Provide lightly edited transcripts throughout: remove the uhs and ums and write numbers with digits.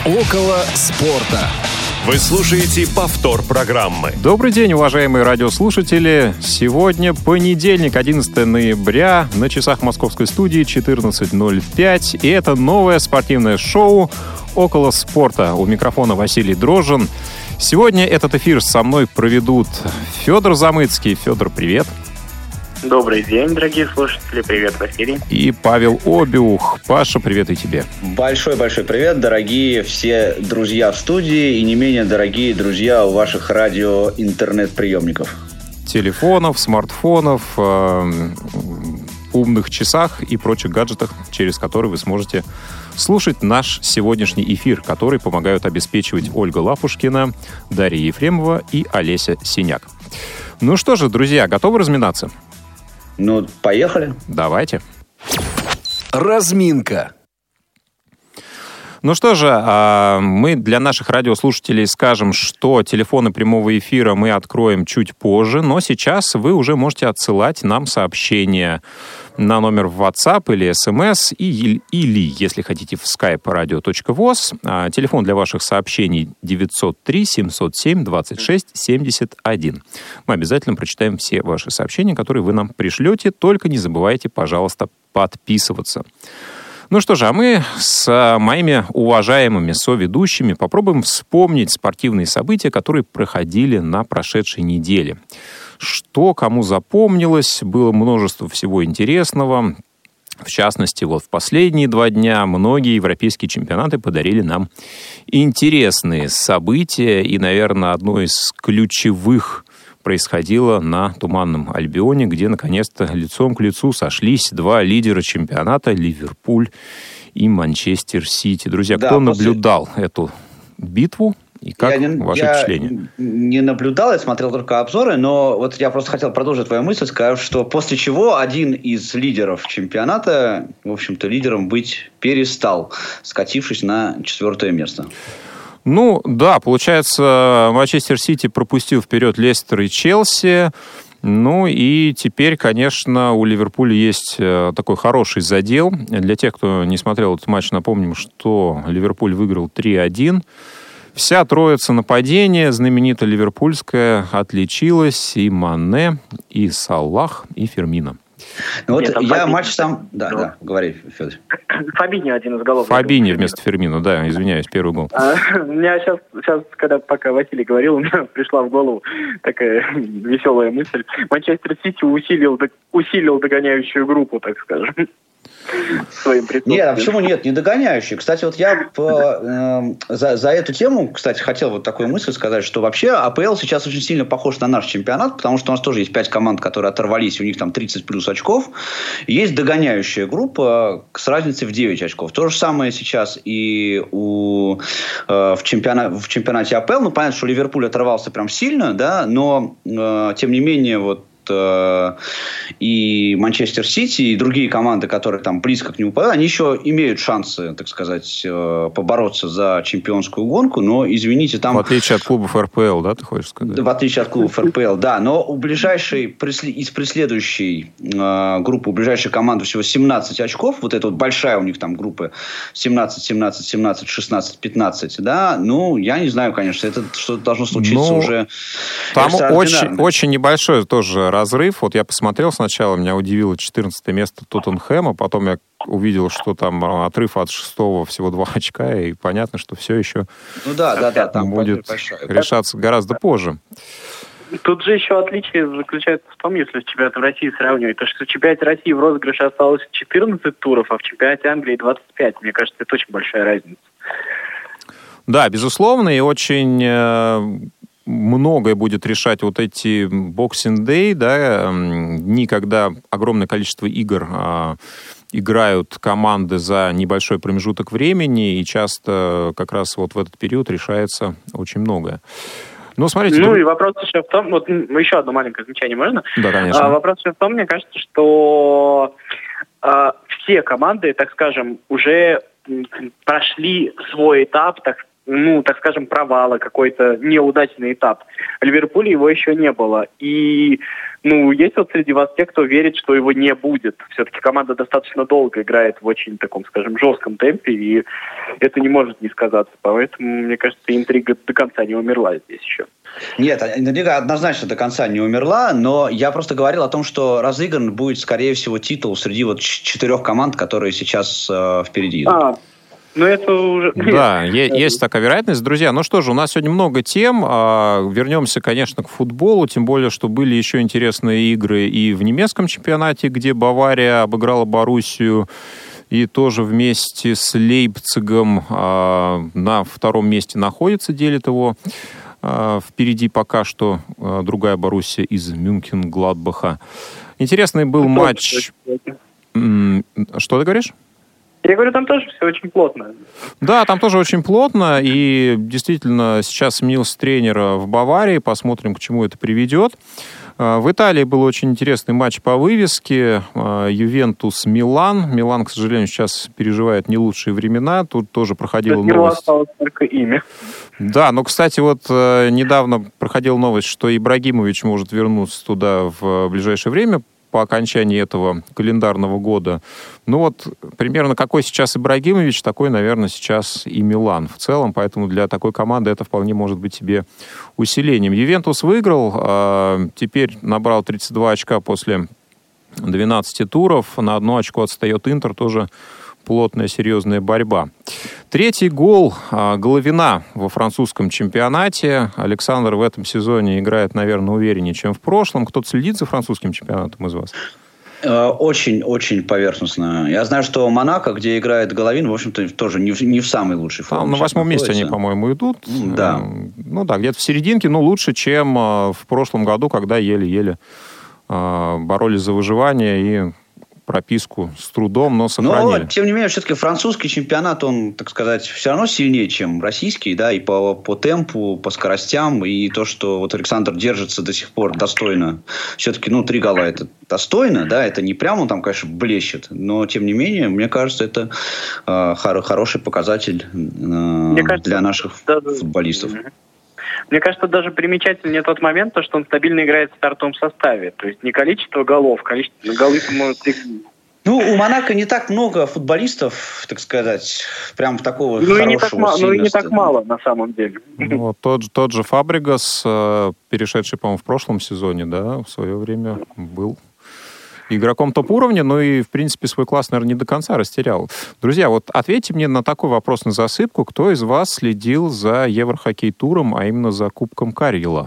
Около спорта. Вы слушаете повтор программы. Добрый день, уважаемые радиослушатели. Сегодня понедельник, 11 ноября. На часах московской студии 14:05. И это новое спортивное шоу «Около спорта». У микрофона Василий Дрожжин. Сегодня этот эфир со мной проведут Федор Замыцкий. Федор, привет. Добрый день, дорогие слушатели. Привет, Василий. И Павел Обиух. Паша, привет и тебе. Большой-большой привет, дорогие все друзья в студии и не менее дорогие друзья у ваших радио-интернет-приемников. Телефонов, смартфонов, умных часах и прочих гаджетах, через которые вы сможете слушать наш сегодняшний эфир, который помогают обеспечивать Ольга Лапушкина, Дарья Ефремова и Олеся Синяк. Ну что же, друзья, готовы разминаться? Ну, поехали. Давайте. Разминка. Ну что же, мы для наших радиослушателей скажем, что телефоны прямого эфира мы откроем чуть позже, но сейчас вы уже можете отсылать нам сообщения на номер в WhatsApp или SMS, или, если хотите, в skype radio.voz. Телефон для ваших сообщений 903-707-26-71. Мы обязательно прочитаем все ваши сообщения, которые вы нам пришлете. Только не забывайте, пожалуйста, подписываться. Ну что же, а мы с моими уважаемыми соведущими попробуем вспомнить спортивные события, которые проходили на прошедшей неделе. Что кому запомнилось, было множество всего интересного. В частности, вот в последние 2 дня многие европейские чемпионаты подарили нам интересные события. И, наверное, одно из ключевых происходило на Туманном Альбионе, где наконец-то лицом к лицу сошлись 2 лидера чемпионата — Ливерпуль и Манчестер Сити. Друзья, кто наблюдал эту битву и как ваши впечатления? Я не наблюдал, я смотрел только обзоры, но вот я просто хотел продолжить твою мысль, сказав, что после чего один из лидеров чемпионата, в общем-то, лидером быть перестал, скатившись на 4-е место. Ну, да, получается, Манчестер Сити пропустил вперед Лестер и Челси. Ну, и теперь, конечно, у Ливерпуля есть такой хороший задел. Для тех, кто не смотрел этот матч, напомним, что Ливерпуль выиграл 3-1. Вся троица нападения, знаменитая ливерпульская, отличилась. И Мане, и Салах, и Фермино. Ну, вот я матч сам... Да, говори, Федор. Фабиньо один из голов. Фабиньо вместо Фермино, да, извиняюсь, первый гол. У меня сейчас, когда пока Василий говорил, у меня пришла в голову такая веселая мысль. Манчестер Сити усилил догоняющую группу, так скажем. Своим присутствием. Нет, а почему нет? Не догоняющий. Кстати, вот я за эту тему, кстати, хотел вот такую мысль сказать, что вообще АПЛ сейчас очень сильно похож на наш чемпионат, потому что у нас тоже есть 5 команд, которые оторвались, у них там 30 плюс очков. Есть догоняющая группа с разницей в 9 очков. То же самое сейчас и в чемпионате АПЛ. Ну, понятно, что Ливерпуль оторвался прям сильно, да, но тем не менее вот и Манчестер Сити, и другие команды, которые там близко к нему попадают, они еще имеют шансы, так сказать, побороться за чемпионскую гонку, но, извините, там... В отличие от клубов РПЛ, да, ты хочешь сказать? В отличие от клубов РПЛ, да, но у из преследующей группы, у ближайшей команды всего 17 очков, вот эта вот большая у них там группа 17, 17, 17, 16, 15, да, ну, я не знаю, конечно, это что-то должно случиться уже... Там очень небольшой тоже разрыв. Вот я посмотрел сначала, меня удивило 14 место Тоттенхэма, потом я увидел, что там отрыв от 6-го всего 2 очка, и понятно, что все еще там будет решаться гораздо позже. Тут же еще отличие заключается в том, если с чемпионатом России сравнивать, то что в чемпионате России в розыгрыше осталось 14 туров, а в чемпионате Англии 25. Мне кажется, это очень большая разница. Да, безусловно, и очень... многое будет решать вот эти Boxing Day, да, дни, когда огромное количество игр играют команды за небольшой промежуток времени, и часто как раз вот в этот период решается очень многое. Ну, смотрите... и вопрос еще в том... Вот еще одно маленькое замечание можно? Да, конечно. Вопрос еще в том, мне кажется, что все команды, так скажем, уже прошли свой этап, так скажем, провала, какой-то неудачный этап. В Ливерпуле его еще не было. И, есть вот среди вас те, кто верит, что его не будет. Все-таки команда достаточно долго играет в очень таком, скажем, жестком темпе. И это не может не сказаться. Поэтому, мне кажется, интрига до конца не умерла здесь еще. Нет, интрига однозначно до конца не умерла, но я просто говорил о том, что разыгран будет, скорее всего, титул среди вот 4 команд, которые сейчас впереди идут. Ну, это уже... Да, есть такая вероятность. Друзья, ну что же, у нас сегодня много тем. Вернемся, конечно, к футболу, тем более, что были еще интересные игры и в немецком чемпионате, где Бавария обыграла Боруссию, и тоже вместе с Лейпцигом на втором месте находится, делит его. Впереди пока что другая Боруссия из Мюнхен-Гладбаха. Интересный был матч... Что ты говоришь? Я говорю, там тоже все очень плотно. Да, там тоже очень плотно, и действительно сейчас сменился тренер в Баварии, посмотрим, к чему это приведет. В Италии был очень интересный матч по вывеске. Ювентус-Милан. Милан, к сожалению, сейчас переживает не лучшие времена. Тут тоже проходила новость. Осталось только имя. Да, но, кстати, вот недавно проходила новость, что Ибрагимович может вернуться туда в ближайшее время, по окончании этого календарного года. Ну вот, примерно какой сейчас Ибрагимович, такой, наверное, сейчас и Милан в целом, поэтому для такой команды это вполне может быть себе усилением. Ювентус выиграл, теперь набрал 32 очка после 12 туров, на 1 очко отстает Интер, тоже плотная, серьезная борьба. Третий гол Головина во французском чемпионате. Александр в этом сезоне играет, наверное, увереннее, чем в прошлом. Кто-то следит за французским чемпионатом из вас? Очень-очень поверхностно. Я знаю, что Монако, где играет Головин, в общем-то, тоже не в самой лучшей форме. Там на 8-м месте они, по-моему, идут. Да. Ну да, где-то в серединке, но лучше, чем в прошлом году, когда еле-еле боролись за выживание и прописку с трудом, но сохранили. Но, тем не менее, все-таки французский чемпионат, он, так сказать, все равно сильнее, чем российский, да, и по темпу, по скоростям, и то, что вот Александр держится до сих пор достойно. Все-таки, 3 гола это достойно, да, это не прямо он там, конечно, блещет, но, тем не менее, мне кажется, это хороший показатель для наших футболистов. Мне кажется, даже примечательнее тот момент, что он стабильно играет в стартовом составе. То есть не количество голов, количество голов может... У Монако не так много футболистов, так сказать, прям такого хорошего и не так мало, на самом деле. Ну, тот же Фабрегас, перешедший, по-моему, в прошлом сезоне, да, в свое время был игроком топ-уровня, но и, в принципе, свой класс, наверное, не до конца растерял. Друзья, вот ответьте мне на такой вопрос на засыпку. Кто из вас следил за Еврохоккей-туром, а именно за Кубком Карела?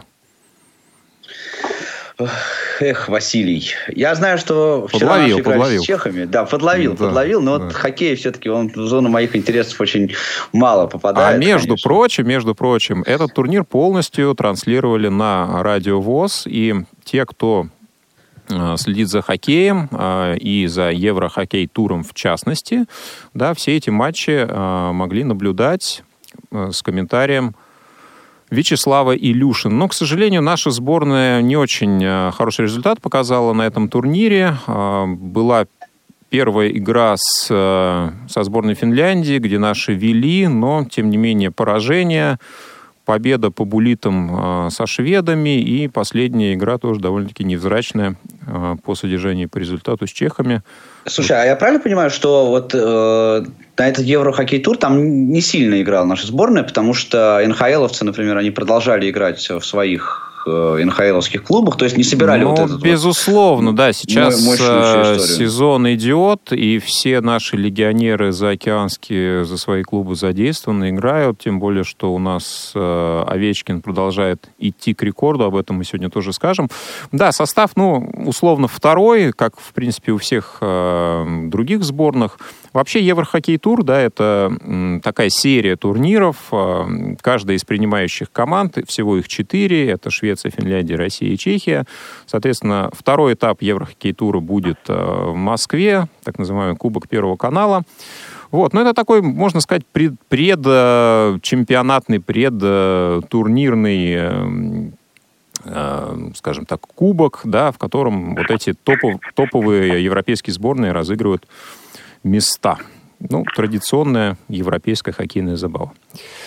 Василий. Я знаю, что вчера наши играли с чехами. Да, подловил, но вот хоккей все-таки он в зону моих интересов очень мало попадает. А между прочим, этот турнир полностью транслировали на Радио ВОС, и те, кто следит за хоккеем и за Еврохоккей-туром в частности, да, все эти матчи могли наблюдать с комментарием Вячеслава Илюшина. Но, к сожалению, наша сборная не очень хороший результат показала на этом турнире. Была первая игра со сборной Финляндии, где наши вели, но, тем не менее, поражение. Победа по буллитам со шведами, и последняя игра тоже довольно-таки невзрачная по содержанию и по результату с чехами. Слушай, а я правильно понимаю, что вот на этот Еврохоккей-тур там не сильно играла наша сборная, потому что НХЛовцы, например, они продолжали играть в своих НХЛовских клубах, то есть не собирали вот этот безусловно, да, сейчас сезон идет, и все наши легионеры заокеанские за свои клубы задействованы, играют, тем более, что у нас Овечкин продолжает идти к рекорду, об этом мы сегодня тоже скажем. Да, состав, условно, второй, как, в принципе, у всех других сборных. Вообще, Еврохоккей-тур, да, это такая серия турниров, каждая из принимающих команд, всего их 4, это Швеция, Финляндия, Россия и Чехия. Соответственно, второй этап Еврохоккей-тура будет в Москве, так называемый Кубок Первого канала. Вот, но это такой, можно сказать, предчемпионатный, предтурнирный, скажем так, кубок, да, в котором вот эти топовые европейские сборные разыгрывают места. Традиционная европейская хоккейная забава.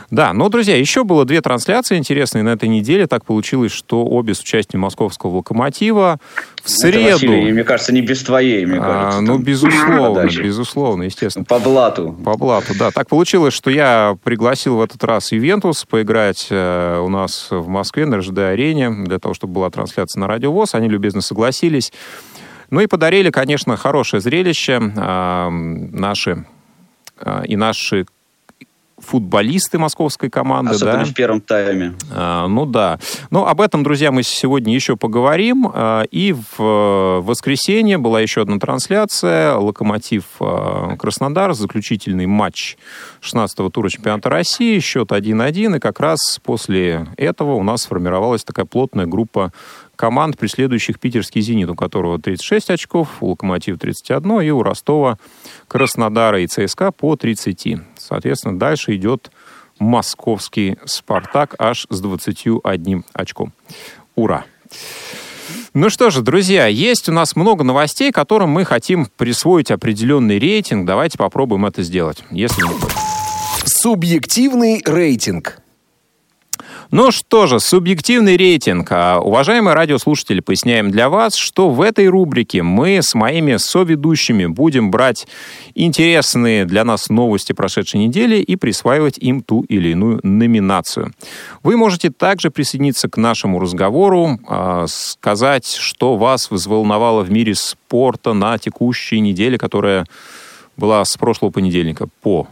Да, но, друзья, еще было 2 трансляции интересные на этой неделе. Так получилось, что обе с участием московского «Локомотива». В среду... Василий, мне кажется, не без твоей, мне кажется. Ну, безусловно, естественно. По блату. По блату, да. Так получилось, что я пригласил в этот раз «Ювентус» поиграть у нас в Москве на РЖД-арене, для того, чтобы была трансляция на Радио ВОС. Они любезно согласились. Ну и подарили, конечно, хорошее зрелище. Наши футболисты московской команды. Особенно в первом тайме. Ну да. Но об этом, друзья, мы сегодня еще поговорим. И в воскресенье была еще одна трансляция. «Локомотив-Краснодар», заключительный матч 16-го тура чемпионата России. Счет 1-1. И как раз после этого у нас сформировалась такая плотная группа команд, преследующих питерский «Зенит», у которого 36 очков, у «Локомотива» 31, и у Ростова, Краснодара и ЦСКА по 30. Соответственно, дальше идет московский «Спартак» аж с 21 очком. Ура! Ну что же, друзья, есть у нас много новостей, которым мы хотим присвоить определенный рейтинг. Давайте попробуем это сделать, если не против. Субъективный рейтинг. Ну что же, субъективный рейтинг. Уважаемые радиослушатели, поясняем для вас, что в этой рубрике мы с моими соведущими будем брать интересные для нас новости прошедшей недели и присваивать им ту или иную номинацию. Вы можете также присоединиться к нашему разговору, сказать, что вас взволновало в мире спорта на текущей неделе, которая была с прошлого понедельника по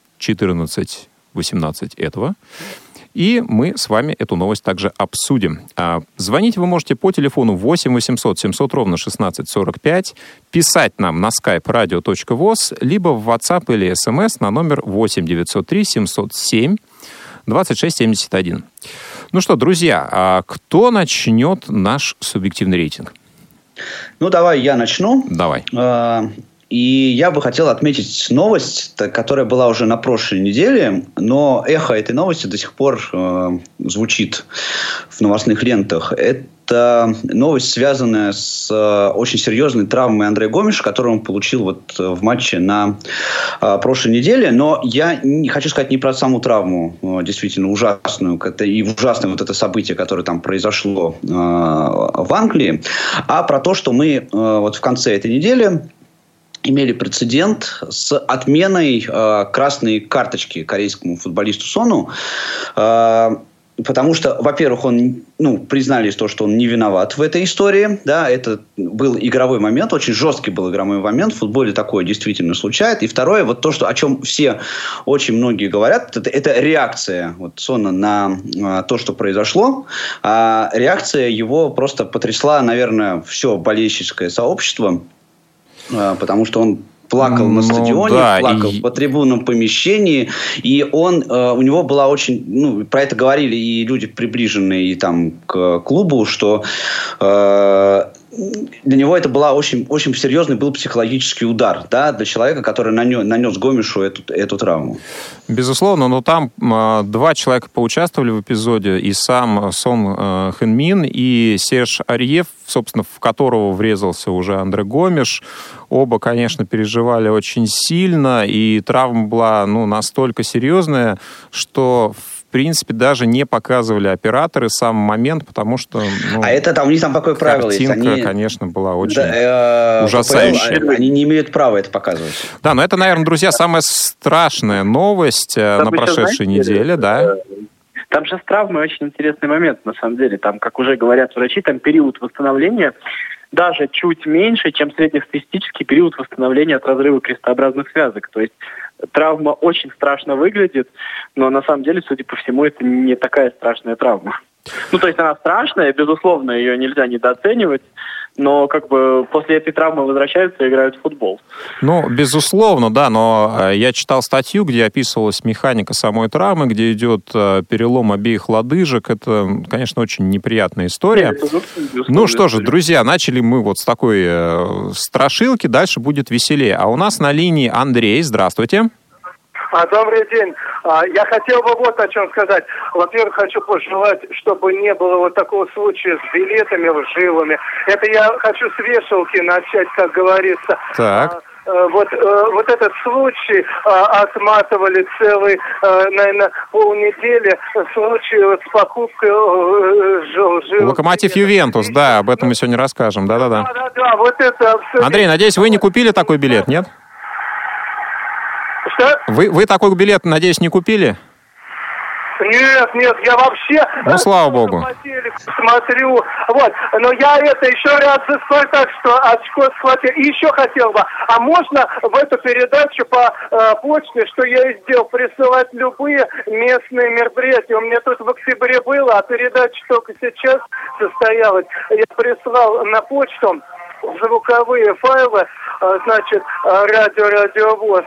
14-18 этого. И мы с вами эту новость также обсудим. Звонить вы можете по телефону 8 800 700 ровно 1645, писать нам на skype radio.voz, либо в WhatsApp или SMS на номер 8 903 707 26 71. Ну что, друзья, кто начнет наш субъективный рейтинг? Ну, давай я начну. Давай. И я бы хотел отметить новость, которая была уже на прошлой неделе, но эхо этой новости до сих пор звучит в новостных лентах. Это новость, связанная с очень серьезной травмой Андрея Гомеша, которую он получил вот в матче на прошлой неделе. Но я не хочу сказать не про саму травму, действительно ужасную, и ужасное вот это событие, которое там произошло в Англии, а про то, что мы вот в конце этой недели имели прецедент с отменой красной карточки корейскому футболисту Сону. Потому что, во-первых, он, признали то, что он не виноват в этой истории. Да, это был игровой момент, очень жесткий был игровой момент. В футболе такое действительно случается. И второе, вот то, о чем все, очень многие говорят, это реакция вот Сона на то, что произошло. А реакция его просто потрясла, наверное, все болельщическое сообщество. Потому что он плакал на стадионе, плакал по трибунном помещении, и у него была очень, про это говорили и люди, приближенные там к клубу, что для него это была очень, очень серьезный был психологический удар, да, для человека, который нанес Гомешу эту травму. Безусловно, но там 2 человека поучаствовали в эпизоде, и сам Сон Хэн-мин, и Серж Арьев, собственно, в которого врезался уже Андре Гомеш. Оба, конечно, переживали очень сильно, и травма была настолько серьезная, что в принципе, даже не показывали операторы сам момент, потому что... а это там, у них там такое правило есть. Картинка, конечно, была очень ужасающая. Они не имеют права это показывать. Да, но это, наверное, друзья, самая страшная новость на прошедшей неделе, да. Там же с травмой очень интересный момент, на самом деле. Там, как уже говорят врачи, там период восстановления даже чуть меньше, чем среднестатистический период восстановления от разрыва крестообразных связок. То есть травма очень страшно выглядит, но на самом деле, судя по всему, это не такая страшная травма. То есть она страшная, безусловно, ее нельзя недооценивать, но после этой травмы возвращаются и играют в футбол. Безусловно, да, но я читал статью, где описывалась механика самой травмы, где идет перелом обеих лодыжек. Это, конечно, очень неприятная история. Что же, друзья, начали мы вот с такой страшилки, дальше будет веселее. А у нас на линии Андрей, здравствуйте. Добрый день. Я хотел бы вот о чем сказать. Во-первых, хочу пожелать, чтобы не было вот такого случая с билетами лживыми. Это я хочу с вешалки начать, как говорится. Так. вот этот случай отматывали целый, наверное, полнедели. Случай вот с покупкой Локомотив Ювентус, да, об этом мы сегодня расскажем. Да, вот это... Андрей, надеюсь, вы не купили такой билет, нет? Что? Вы такой билет, надеюсь, не купили? Нет, я вообще... Ну, слава богу. Смотрю, вот, но я еще раз за «Спартак», что очко схватил. И еще хотел бы, а можно в эту передачу по почте, что я и сделал, присылать любые местные мероприятия? У меня тут в октябре было, а передача только сейчас состоялась. Я прислал на почту звуковые файлы, значит, радиовоз.ру,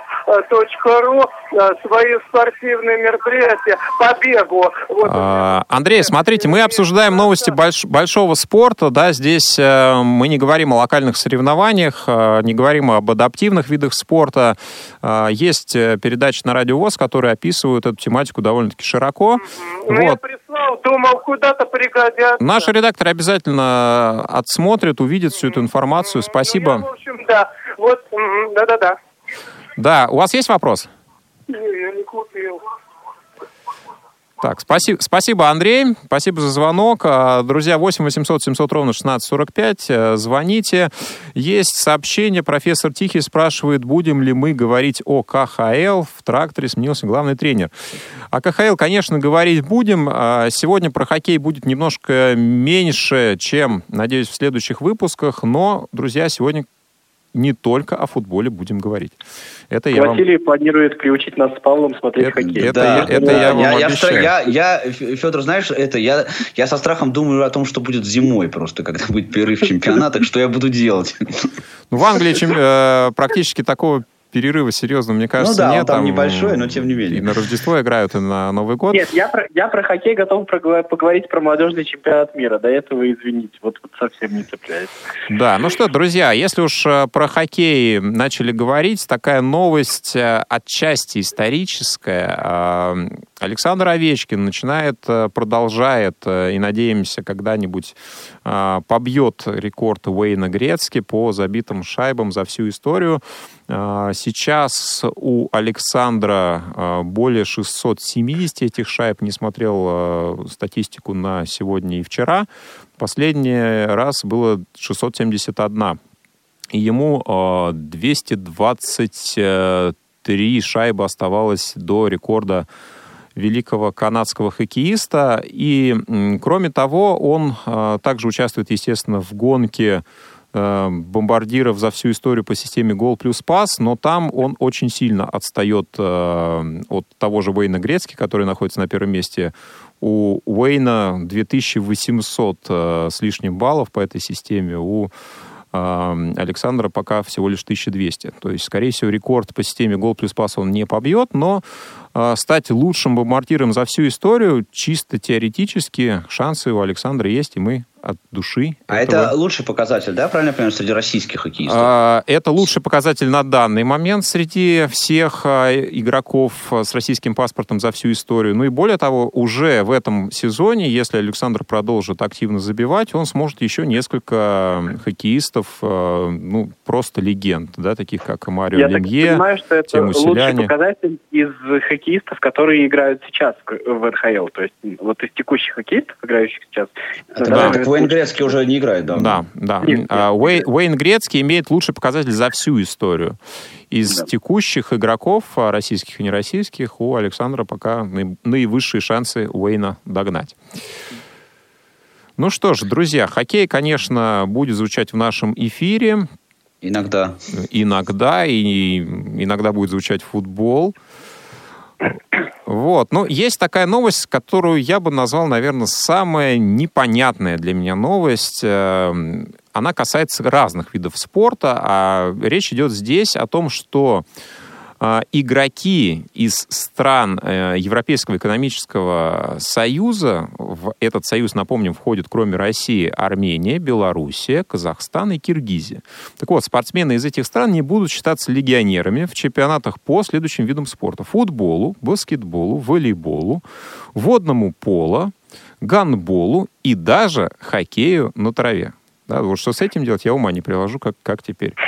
свои спортивные мероприятия по бегу. Вот. Андрей, смотрите, мы обсуждаем новости большого спорта, да, здесь мы не говорим о локальных соревнованиях, не говорим об адаптивных видах спорта. Есть передачи на радиовоз, которые описывают эту тематику довольно-таки широко. Вот. Я прислал, думал, куда-то пригодятся. Наши редакторы обязательно отсмотрят, увидят всю эту информацию. Спасибо. Я, в общем, да. Вот, да. Да, у вас есть вопрос? Не, я не купил. Так, спасибо, Андрей. Спасибо за звонок. Друзья, 8 800 700 ровно 1645. Звоните. Есть сообщение. Профессор Тихий спрашивает, будем ли мы говорить о КХЛ. В тракторе сменился главный тренер. О КХЛ, конечно, говорить будем. Сегодня про хоккей будет немножко меньше, чем, надеюсь, в следующих выпусках. Но, друзья, сегодня не только о футболе будем говорить. Это Василий планирует приучить нас с Павлом смотреть хоккей. Это я вам обещаю. Федор, знаешь, я со страхом думаю о том, что будет зимой просто, когда будет перерыв чемпионата, что я буду делать. Ну, в Англии практически такого перерыва серьезно, мне кажется, нет. Он там небольшой, но тем не менее. И на Рождество играют, и на Новый год. Нет, я про хоккей готов поговорить про молодежный чемпионат мира. До этого, извините, вот совсем не цепляюсь. Да, ну что, друзья, если уж про хоккей начали говорить, такая новость отчасти историческая. Александр Овечкин продолжает, и надеемся, когда-нибудь побьет рекорд Уэйна Грецки по забитым шайбам за всю историю. Сейчас у Александра более 670 этих шайб. Не смотрел статистику на сегодня и вчера. Последний раз было 671. И ему 223 шайбы оставалось до рекорда великого канадского хоккеиста. И, кроме того, он также участвует, естественно, в гонке бомбардиров за всю историю по системе гол плюс пас, но там он очень сильно отстает от того же Уэйна Грецки, который находится на первом месте. У Уэйна 2800 с лишним баллов по этой системе, у Александра пока всего лишь 1200. То есть, скорее всего, рекорд по системе гол плюс пас он не побьет, но стать лучшим бомбардиром за всю историю чисто теоретически шансы у Александра есть, и мы от души. Это лучший показатель, да, правильно я понимаю, среди российских хоккеистов? Это лучший показатель на данный момент среди всех игроков с российским паспортом за всю историю. Ну и более того, уже в этом сезоне, если Александр продолжит активно забивать, он сможет еще несколько хоккеистов, просто легенд, да, таких как Марио Лемье, Я понимаю, что это лучший показатель из хоккеистов, которые играют сейчас в НХЛ. То есть вот из текущих хоккеистов, играющих сейчас. Уэйн Грецкий уже не играет давно. Да. Уэйн Грецкий имеет лучший показатель за всю историю. Из текущих игроков, российских и нероссийских, у Александра пока наивысшие шансы Уэйна догнать. Ну что ж, друзья, хоккей, конечно, будет звучать в нашем эфире. Иногда, и иногда будет звучать футбол. Вот. Но есть такая новость, которую я бы назвал, наверное, самая непонятная для меня новость. Она касается разных видов спорта, а речь идет здесь о том, что игроки из стран Европейского экономического союза, в этот союз, напомним, входит, кроме России, Армения, Белоруссия, Казахстан и Киргизия. Так вот, спортсмены из этих стран не будут считаться легионерами в чемпионатах по следующим видам спорта: футболу, баскетболу, волейболу, водному поло, гандболу и даже хоккею на траве. Да, вот что с этим делать, я ума не приложу, как теперь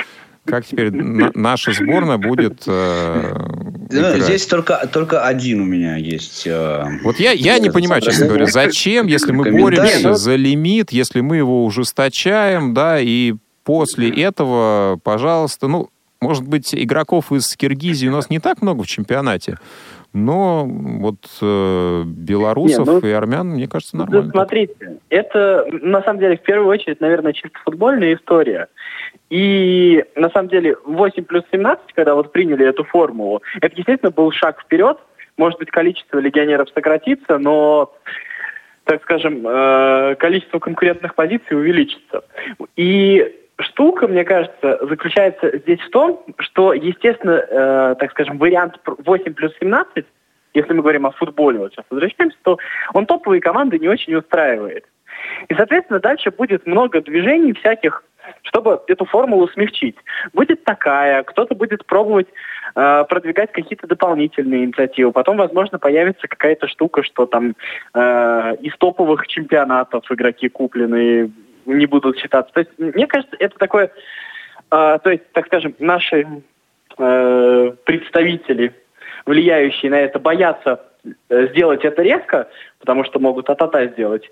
как теперь наша сборная будет играть? Здесь только один у меня есть. Вот я не понимаю, честно говоря, зачем, если мы боремся за лимит, если мы его ужесточаем, да, и после этого, пожалуйста, может быть, игроков из Киргизии у нас не так много в чемпионате, но вот белорусов и армян, мне кажется, нормально. Смотрите, это, на самом деле, в первую очередь, наверное, чисто футбольная история. И, на самом деле, 8+17, когда вот приняли эту формулу, это, естественно, был шаг вперед. Может быть, количество легионеров сократится, но, так скажем, количество конкурентных позиций увеличится. И штука, мне кажется, заключается здесь в том, что, естественно, так скажем, вариант 8+17, если мы говорим о футболе, вот сейчас возвращаемся, то он топовые команды не очень устраивает. И, соответственно, дальше будет много движений всяких, чтобы эту формулу смягчить. Будет такая, кто-то будет пробовать продвигать какие-то дополнительные инициативы. Потом, возможно, появится какая-то штука, что там из топовых чемпионатов игроки купленные не будут считаться. То есть, мне кажется, это такое, то есть, так скажем, наши представители, влияющие на это, боятся сделать это резко, потому что могут а-та-та сделать.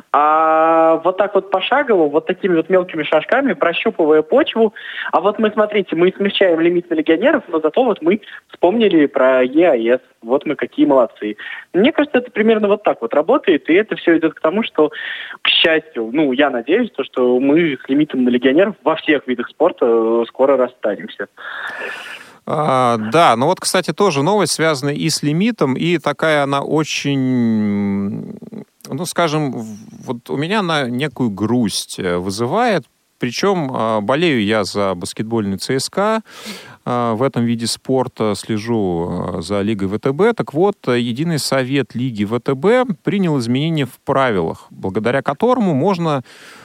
А вот так вот пошагово, вот такими вот мелкими шажками, прощупывая почву. А вот мы, смотрите, мы смягчаем лимит на легионеров, но зато вот мы вспомнили про ЕАЭС. Вот мы какие молодцы. Мне кажется, это примерно вот так вот работает, и это все идет к тому, что, к счастью, я надеюсь, что мы с лимитом на легионеров во всех видах спорта скоро расстанемся. Да, но вот, кстати, тоже новость связана и с лимитом, и такая она очень, скажем, вот у меня она некую грусть вызывает. Причем болею я за баскетбольный ЦСКА, в этом виде спорта слежу за Лигой ВТБ. Так вот, Единый совет Лиги ВТБ принял изменения в правилах, благодаря которому можно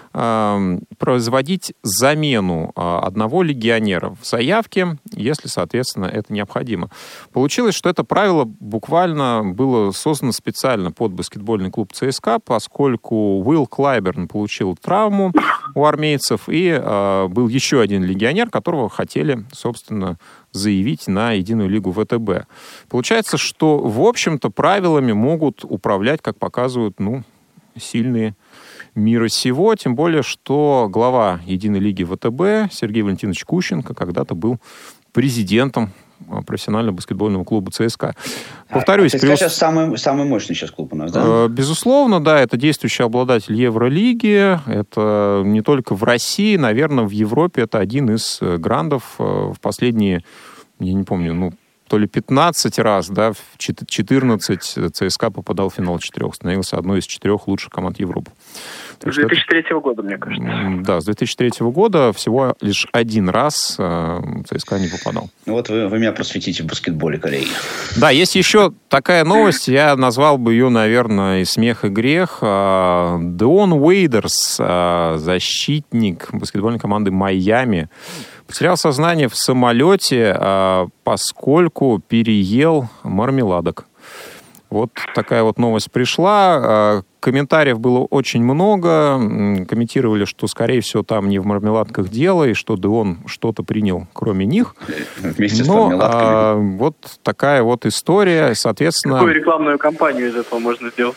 производить замену одного легионера в заявке, если, соответственно, это необходимо. Получилось, что это правило буквально было создано специально под баскетбольный клуб ЦСКА, поскольку Уилл Клайберн получил травму у армейцев, и был еще один легионер, которого хотели, собственно, заявить на Единую Лигу ВТБ. Получается, что, в общем-то, правилами могут управлять, как показывают, сильные мира сего, тем более, что глава Единой Лиги ВТБ Сергей Валентинович Кущенко когда-то был президентом профессионального баскетбольного клуба ЦСКА. Повторюсь, сейчас самый мощный сейчас клуб у нас, да? Безусловно, да, это действующий обладатель Евролиги, это не только в России, наверное, в Европе это один из грандов в последние, я не помню, то ли 15 раз, да, в 14 ЦСКА попадал в финал 4, становился одной из 4 лучших команд Европы. С 2003 года, мне кажется. Да, с 2003 года всего лишь один раз ЦСКА не попадал. Вот вы меня просветите в баскетболе, коллеги. Да, есть еще такая новость, я назвал бы ее, наверное, и смех, и грех. Деон Уэйдерс, защитник баскетбольной команды Майами, потерял сознание в самолете, поскольку переел мармеладок. Вот такая вот новость пришла. Комментариев было очень много. Комментировали, что, скорее всего, там не в мармеладках дело, и что Деон что-то принял, кроме них. Вместе с мармеладками. Вот такая вот история. Соответственно... Какую рекламную кампанию из этого можно сделать?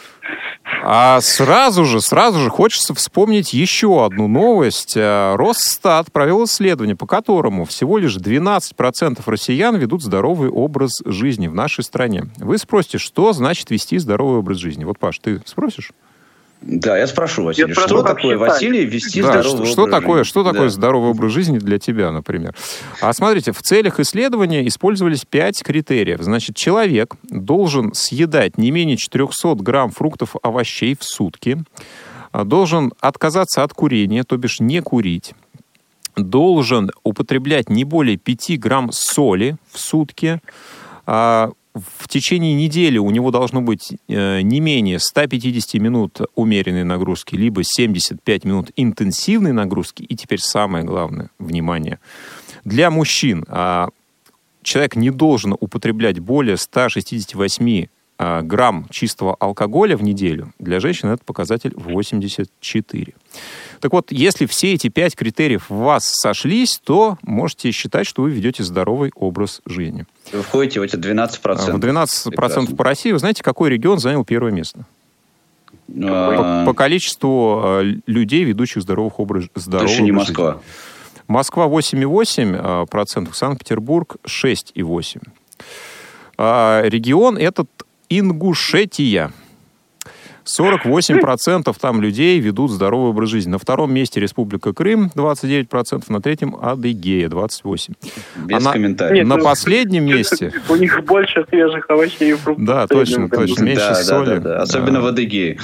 А сразу же хочется вспомнить еще одну новость. Росстат провел исследование, по которому всего лишь 12% россиян ведут здоровый образ жизни в нашей стране. Вы спросите, что значит вести здоровый образ жизни? Вот, Паш, ты спросишь? Да, я спрошу, Василий. Что такое, Василий, вести здоровый образ жизни? Что такое здоровый образ жизни для тебя, например? А смотрите, в целях исследования использовались 5 критериев. Значит, человек должен съедать не менее 400 грамм фруктов, овощей в сутки, должен отказаться от курения, то бишь не курить, должен употреблять не более 5 грамм соли в сутки, в течение недели у него должно быть не менее 150 минут умеренной нагрузки, либо 75 минут интенсивной нагрузки. И теперь самое главное, внимание, для мужчин человек не должен употреблять более 168 грамм чистого алкоголя в неделю, для женщин это показатель 84. Так вот, если все эти 5 критериев в вас сошлись, то можете считать, что вы ведете здоровый образ жизни. Вы входите в эти 12%. В 12% по России. Вы знаете, какой регион занял первое место? По количеству людей, ведущих здоровый образ жизни. Точно не Москва. Москва 8,8%, Санкт-Петербург 6,8%. Регион этот Ингушетия. 48% там людей ведут здоровый образ жизни. На втором месте Республика Крым 29%, на третьем Адыгея 28%. Без комментариев. На последнем месте... У них больше свежих овощей и фруктов. Да, точно. Меньше соли. Да. Особенно в Адыгее.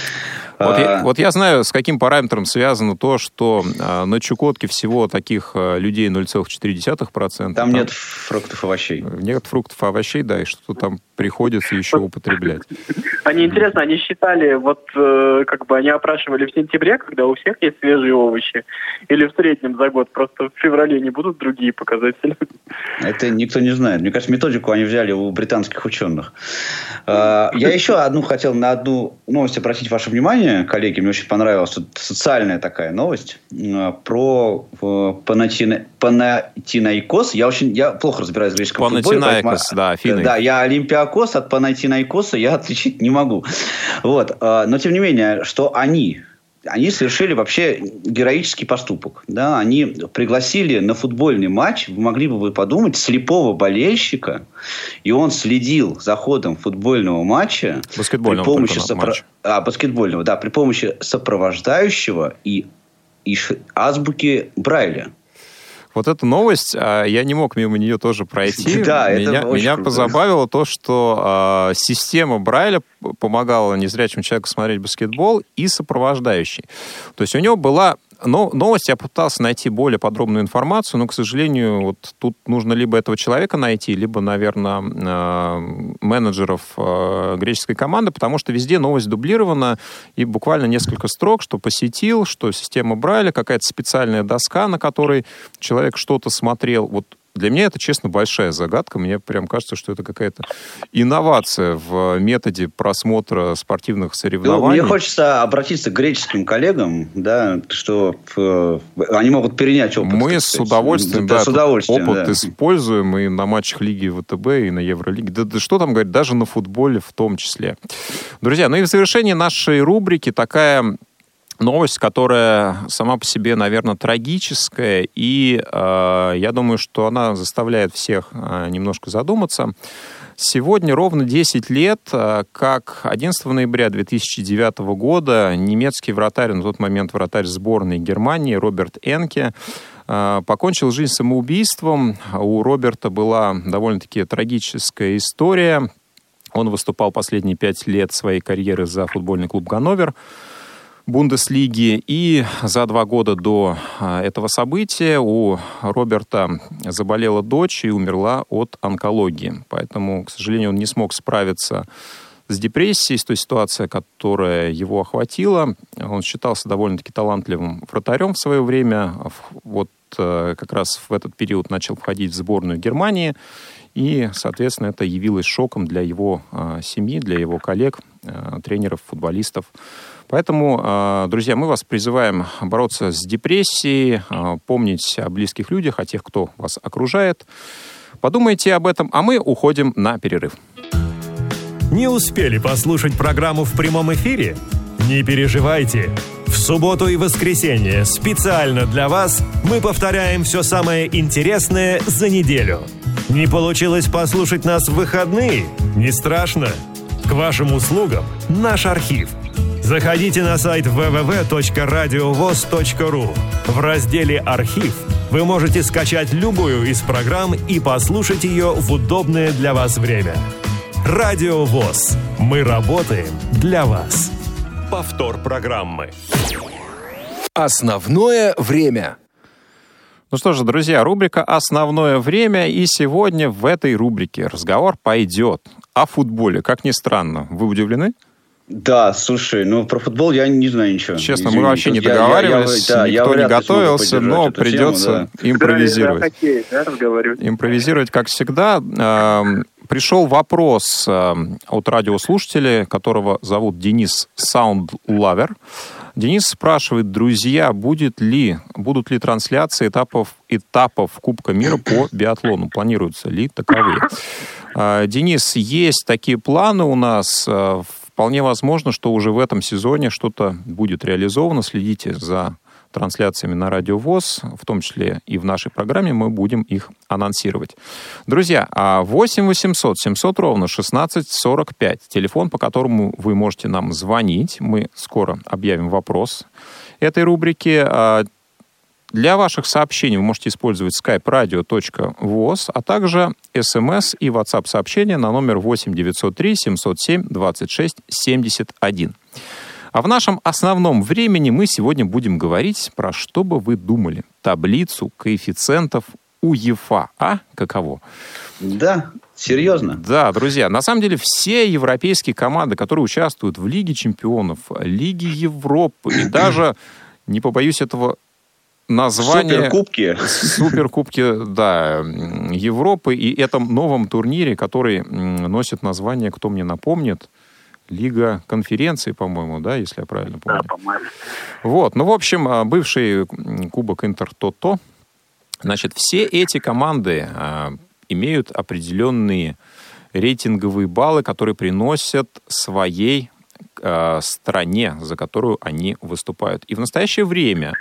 Вот я знаю, с каким параметром связано то, что на Чукотке всего таких людей 0,4%. Там нет фруктов и овощей. Нет фруктов и овощей, да, и что там приходится еще употреблять. Интересно, они считали, они опрашивали в сентябре, когда у всех есть свежие овощи, или в среднем за год, просто в феврале не будут другие показатели? Это никто не знает. Мне кажется, методику они взяли у британских ученых. Я еще хотел на одну новость обратить ваше внимание, коллеги. Мне очень понравилась социальная такая новость про Панатинайкос. Я плохо разбираюсь в греческом футболе. Панатинайкос, да, Афины. Да, я Олимпиакос от Панатинайкоса я отличить не могу. Но, тем не менее, что они совершили вообще героический поступок. Да? Они пригласили на футбольный матч, вы могли бы подумать, слепого болельщика, и он следил за ходом футбольного матча баскетбольного при помощи сопровождающего и азбуки Брайля. Вот эта новость, я не мог мимо нее тоже пройти. Да, меня позабавило то, что система Брайля помогала незрячему человеку смотреть баскетбол и сопровождающий. То есть у него была новость, я пытался найти более подробную информацию, но, к сожалению, тут нужно либо этого человека найти, либо, наверное, менеджеров греческой команды, потому что везде новость дублирована, и буквально несколько строк, что посетил, что система Брайля, какая-то специальная доска, на которой человек что-то смотрел. Для меня это, честно, большая загадка. Мне прям кажется, что это какая-то инновация в методе просмотра спортивных соревнований. Мне хочется обратиться к греческим коллегам, да, что они могут перенять опыт. Мы с удовольствием, опыт используем и на матчах Лиги ВТБ, и на Евролиге. Да что там говорить, даже на футболе в том числе. Друзья, и в завершении нашей рубрики такая новость, которая сама по себе, наверное, трагическая, и я думаю, что она заставляет всех немножко задуматься. Сегодня ровно 10 лет, как 11 ноября 2009 года немецкий вратарь, на тот момент вратарь сборной Германии Роберт Энке, покончил жизнь самоубийством. У Роберта была довольно-таки трагическая история. Он выступал последние 5 лет своей карьеры за футбольный клуб «Ганновер» Бундеслиги. И за 2 года до этого события у Роберта заболела дочь и умерла от онкологии. Поэтому, к сожалению, он не смог справиться с депрессией, с той ситуацией, которая его охватила. Он считался довольно-таки талантливым вратарем в свое время. Как раз в этот период начал входить в сборную Германии. И, соответственно, это явилось шоком для его семьи, для его коллег, тренеров, футболистов. Поэтому, друзья, мы вас призываем бороться с депрессией, помнить о близких людях, о тех, кто вас окружает. Подумайте об этом, а мы уходим на перерыв. Не успели послушать программу в прямом эфире? Не переживайте. В субботу и воскресенье специально для вас мы повторяем все самое интересное за неделю. Не получилось послушать нас в выходные? Не страшно. К вашим услугам наш архив. Заходите на сайт www.radiovoz.ru. В разделе «Архив» вы можете скачать любую из программ и послушать ее в удобное для вас время. Радио ВОС. Мы работаем для вас. Повтор программы. Основное время. Ну что же, друзья, рубрика «Основное время». И сегодня в этой рубрике разговор пойдет о футболе. Как ни странно, вы удивлены? Да, слушай, про футбол я не знаю ничего. Честно, мы вообще не договаривались, никто не готовился, но придется импровизировать. Импровизировать, как всегда. Пришел вопрос от радиослушателя, которого зовут Денис Саундлавер. Денис спрашивает, друзья, будут ли трансляции этапов Кубка мира по биатлону? Планируются ли таковые? Денис, есть такие планы у нас. Вполне возможно, что уже в этом сезоне что-то будет реализовано. Следите за трансляциями на Радио ВОС, в том числе и в нашей программе мы будем их анонсировать. Друзья, 8 800 700 ровно 1645. Телефон, по которому вы можете нам звонить. Мы скоро объявим вопрос этой рубрики. Для ваших сообщений вы можете использовать skype radio.voz, а также смс и WhatsApp сообщения на номер 8 903 707 26 71. А в нашем основном времени мы сегодня будем говорить про, что бы вы думали, таблицу коэффициентов УЕФА. Каково? Да, серьезно. Да, друзья, на самом деле все европейские команды, которые участвуют в Лиге чемпионов, Лиге Европы и даже, не побоюсь этого названия... Суперкубки, да, Европы и этом новом турнире, который носит название, кто мне напомнит, Лига конференции, по-моему, да, если я правильно помню. Да, по-моему. Вот, в общем, бывший Кубок Интер-Тото. Значит, все эти команды имеют определенные рейтинговые баллы, которые приносят своей стране, за которую они выступают. И в настоящее время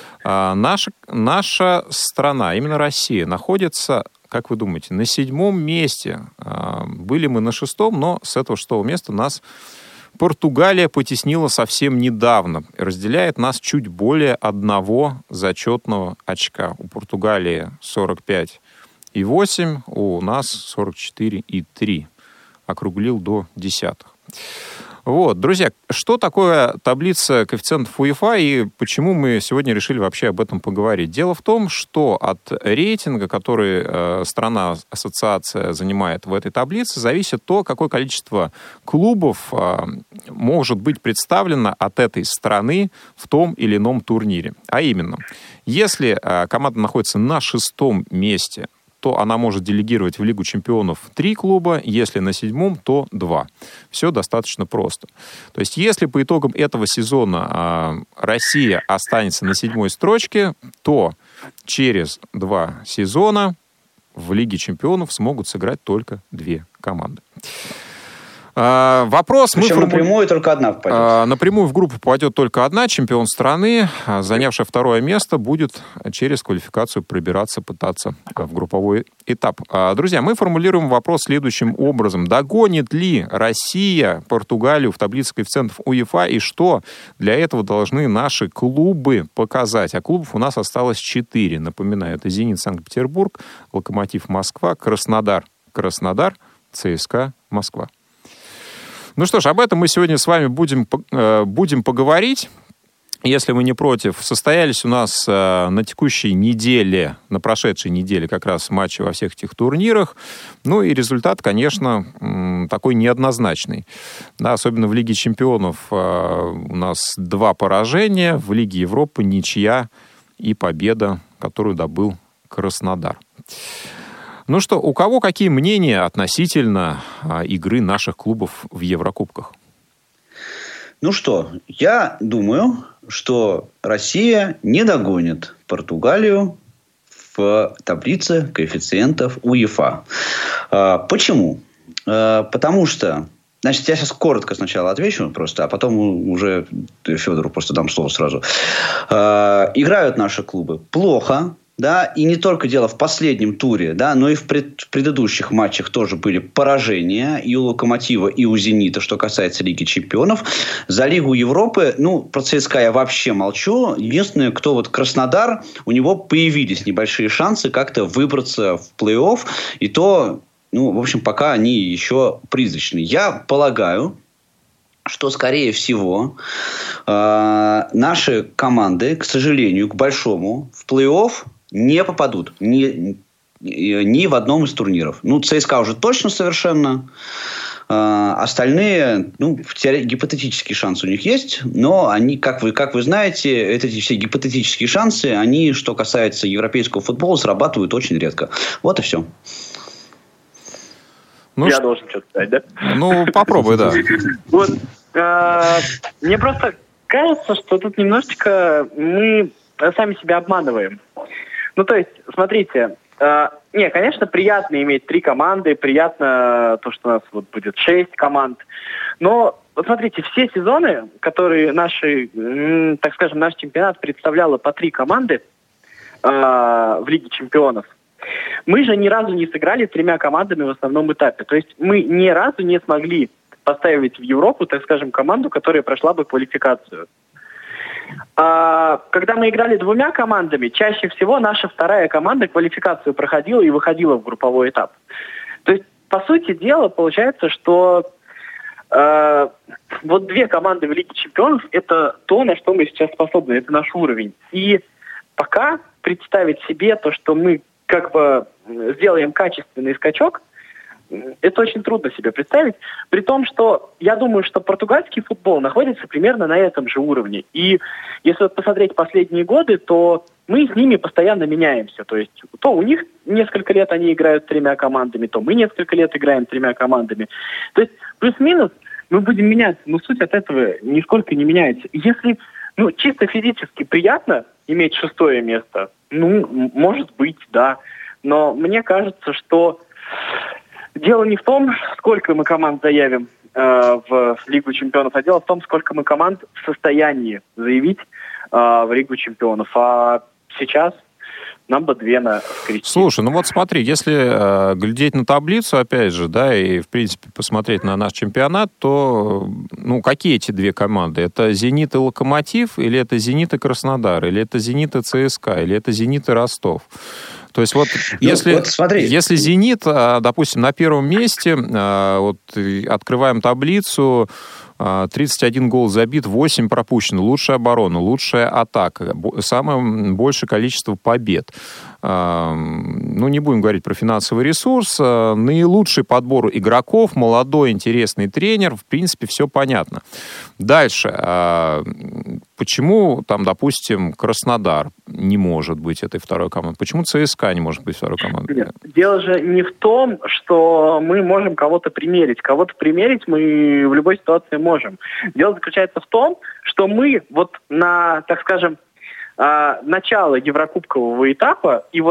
наша страна, именно Россия, находится, как вы думаете, на 7-м месте. Были мы на 6-м, но с этого 6-го места нас Португалия потеснила совсем недавно. Разделяет нас чуть более 1 зачетного очка. У Португалии 45,8, у нас 44,3. Округлил до десятых. Вот, друзья, что такое таблица коэффициентов УЕФА и почему мы сегодня решили вообще об этом поговорить? Дело в том, что от рейтинга, который страна, ассоциация занимает в этой таблице, зависит то, какое количество клубов может быть представлено от этой страны в том или ином турнире. А именно, если команда находится на 6-м месте, то она может делегировать в Лигу чемпионов 3 клуба, если на 7-м, то 2. Все достаточно просто. То есть, если по итогам этого сезона Россия останется на 7-й строчке, то через 2 сезона в Лиге чемпионов смогут сыграть только 2 команды. Вопрос... Причем напрямую только одна попадет. Напрямую в группу попадет только одна, чемпион страны, занявшая 2-е место, будет через квалификацию пробираться, пытаться в групповой этап. Друзья, мы формулируем вопрос следующим образом. Догонит ли Россия Португалию в таблице коэффициентов УЕФА и что для этого должны наши клубы показать? А клубов у нас осталось 4. Напоминаю, это «Зенит» Санкт-Петербург, «Локомотив» Москва, Краснодар, ЦСКА Москва. Ну что ж, об этом мы сегодня с вами будем поговорить. Если вы не против, состоялись у нас на текущей неделе, на прошедшей неделе как раз матчи во всех этих турнирах. Ну и результат, конечно, такой неоднозначный. Да, особенно в Лиге чемпионов у нас 2 поражения, в Лиге Европы ничья и победа, которую добыл Краснодар. Ну что, у кого какие мнения относительно игры наших клубов в Еврокубках? Ну что, я думаю, что Россия не догонит Португалию в таблице коэффициентов УЕФА. Почему? Потому что... Значит, я сейчас коротко сначала отвечу просто, а потом уже Федору просто дам слово сразу. Играют наши клубы плохо. Да, и не только дело в последнем туре, да, но и в предыдущих матчах тоже были поражения и у «Локомотива», и у «Зенита», что касается Лиги чемпионов. За Лигу Европы, про ЦСКА я вообще молчу. Единственное, кто Краснодар, у него появились небольшие шансы как-то выбраться в плей-офф. И то, в общем, пока они еще призрачные. Я полагаю, что, скорее всего, наши команды, к сожалению, к большому, в плей-офф не попадут ни в одном из турниров. ЦСКА уже точно совершенно. Остальные, гипотетический шанс у них есть, но они, как вы знаете, эти все гипотетические шансы, они, что касается европейского футбола, срабатывают очень редко. Вот и все. Я должен что-то сказать, да? Попробуй, да. Вот, мне просто кажется, что тут немножечко мы сами себя обманываем. То есть, смотрите, конечно, приятно иметь 3 команды, приятно то, что у нас будет 6 команд, но, смотрите, все сезоны, которые наш чемпионат представляло по 3 команды в Лиге чемпионов, мы же ни разу не сыграли с 3 командами в основном этапе. То есть мы ни разу не смогли поставить в Европу, команду, которая прошла бы квалификацию. Когда мы играли 2 командами, чаще всего наша вторая команда квалификацию проходила и выходила в групповой этап. То есть, по сути дела, получается, что 2 команды в Лиге чемпионов – это то, на что мы сейчас способны, это наш уровень. И пока представить себе то, что мы сделаем качественный скачок, это очень трудно себе представить, при том, что я думаю, что португальский футбол находится примерно на этом же уровне. И если посмотреть последние годы, то мы с ними постоянно меняемся. То есть то у них несколько лет они играют с 3 командами, то мы несколько лет играем с 3 командами. То есть плюс-минус мы будем меняться, но суть от этого нисколько не меняется. Если чисто физически приятно иметь 6-е место, может быть, да. Но мне кажется, что дело не в том, сколько мы команд заявим в Лигу чемпионов, а дело в том, сколько мы команд в состоянии заявить в Лигу чемпионов. А сейчас нам бы 2 на скрести. Слушай, смотри, если глядеть на таблицу, опять же, да, и, в принципе, посмотреть на наш чемпионат, то, какие эти 2 команды? Это «Зенит» и «Локомотив», или это «Зенит» и «Краснодар», или это «Зенит» и «ЦСКА», или это «Зенит» и «Ростов»? То есть если «Зенит», допустим, на 1-м месте, открываем таблицу, 31 гол забит, 8 пропущено. Лучшая оборона, лучшая атака, самое большее количество побед. Не будем говорить про финансовый ресурс. Наилучший подбор игроков, молодой, интересный тренер. В принципе, все понятно. Дальше. Почему, допустим, Краснодар не может быть этой второй командой? Почему ЦСКА не может быть второй командой? Нет. Дело же не в том, что мы можем кого-то примерить. Кого-то примерить мы в любой ситуации можем. Дело заключается в том, что мы на, начало Еврокубкового этапа и